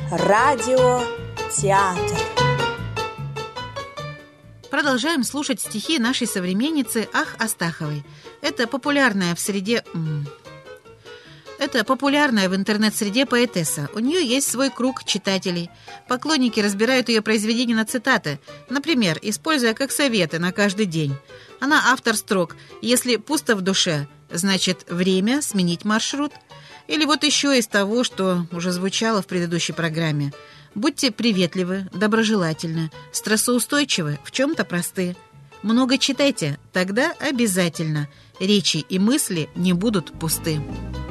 Радиотеатр. Продолжаем слушать стихи нашей современницы Ах Астаховой. Это популярная в интернет-среде поэтесса. У нее есть свой круг читателей. Поклонники разбирают ее произведения на цитаты, например, используя как советы на каждый день. Она автор строк «Если пусто в душе, значит, время сменить маршрут». Или вот еще из того, что уже звучало в предыдущей программе. Будьте приветливы, доброжелательны, стрессоустойчивы, в чем-то просты. Много читайте, тогда обязательно речи и мысли не будут пусты.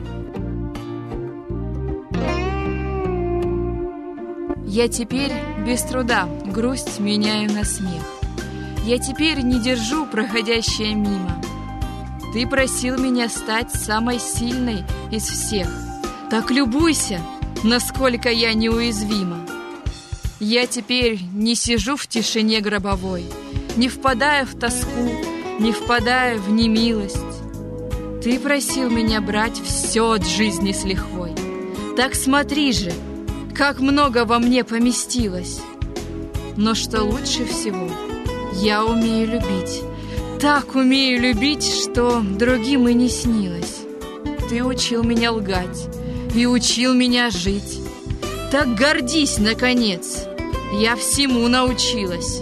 Я теперь без труда грусть меняю на смех. Я теперь не держу проходящее мимо. Ты просил меня стать самой сильной из всех. Так любуйся, насколько я неуязвима. Я теперь не сижу в тишине гробовой, не впадая в тоску, не впадая в немилость. Ты просил меня брать все от жизни с лихвой. Так смотри же, как много во мне поместилось. Но что лучше всего, я умею любить. Так умею любить, что другим и не снилось. Ты учил меня лгать и учил меня жить. Так гордись, наконец, я всему научилась.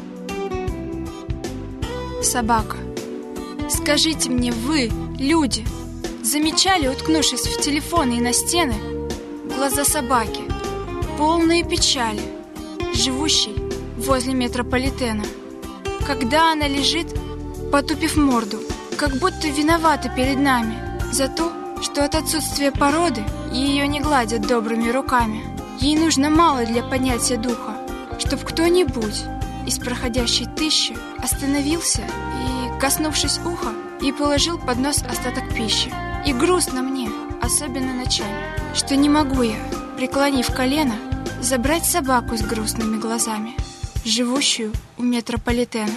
Собака. Скажите мне, вы, люди, замечали, уткнувшись в телефоны и на стены, глаза собаки, полные печали, живущей возле метрополитена, когда она лежит, потупив морду, как будто виновата перед нами за то, что от отсутствия породы ее не гладят добрыми руками. Ей нужно мало для поднятия духа, чтоб кто-нибудь из проходящей тысячи остановился и, коснувшись уха, и положил под нос остаток пищи. И грустно мне, особенно ночами, что не могу я, преклонив колено, забрать собаку с грустными глазами, живущую у метрополитена.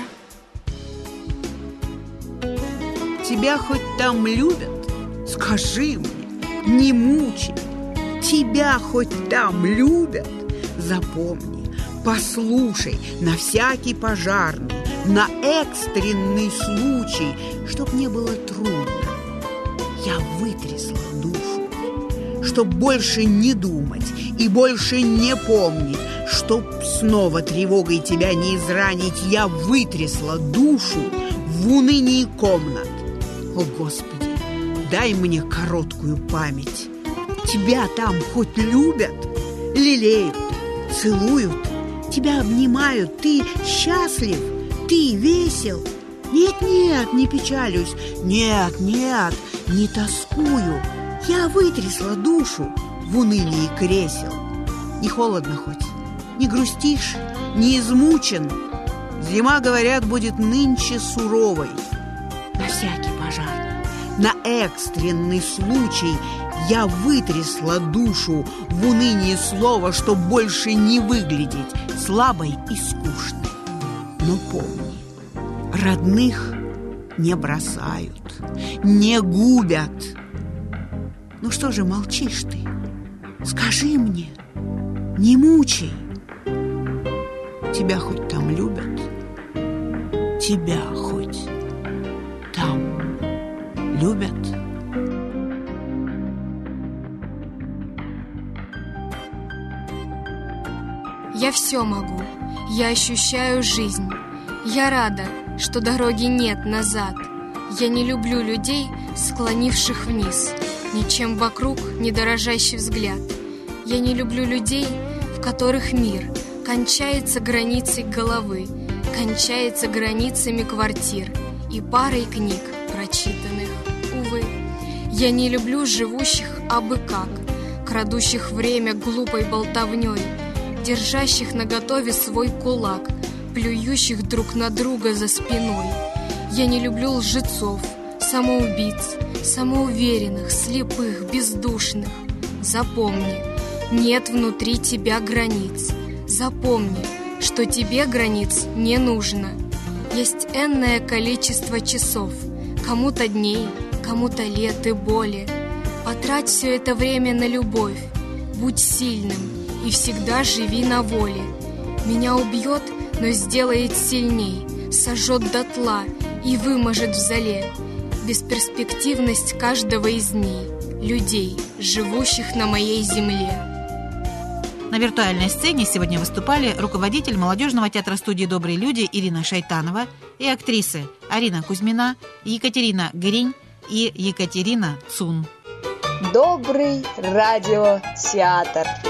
Тебя хоть там любят? Скажи мне, не мучай. Тебя хоть там любят? Запомни, послушай, на всякий пожарный, на экстренный случай, чтоб не было трудно, я вытрясла душу, чтоб больше не думать и больше не помнить, чтоб снова тревогой тебя не изранить, я вытрясла душу в унынии комнат. О, Господи, дай мне короткую память. Тебя там хоть любят, лелеют, целуют, тебя обнимают, ты счастлив, ты весел. Нет, не печалюсь, нет, не тоскую. Я вытрясла душу в унынии кресел. Не холодно хоть, не грустишь, не измучен. Зима, говорят, будет нынче суровой. На всякий пожар, на экстренный случай я вытрясла душу в унынии слова, чтоб больше не выглядеть слабой и скучной. Но помни, родных не бросают, не губят. Ну что же молчишь ты? Скажи мне, не мучай. Тебя хоть там любят? Тебя хоть там любят? Я все могу, я ощущаю жизнь. Я рада, что дороги нет назад. Я не люблю людей, склонивших вниз, ничем вокруг не дорожащий взгляд. Я не люблю людей, в которых мир кончается границей головы, кончается границами квартир и парой книг, прочитанных, увы. Я не люблю живущих абы как, крадущих время глупой болтовней, держащих наготове свой кулак, плюющих друг на друга за спиной. Я не люблю лжецов, самоубийц, самоуверенных, слепых, бездушных. Запомни, нет внутри тебя границ. Запомни, что тебе границ не нужно. Есть энное количество часов, кому-то дней, кому-то лет и боли. Потрать все это время на любовь, будь сильным и всегда живи на воле. Меня убьет, но сделает сильней, сожжет дотла и выможет в золе бесперспективность каждого из дней, людей, живущих на моей земле. На виртуальной сцене сегодня выступали руководитель молодежного театра-студии «Добрые люди» Ирина Шайтанова и актрисы Арина Кузьмина, Екатерина Гринь и Екатерина Цун. Добрый радиотеатр.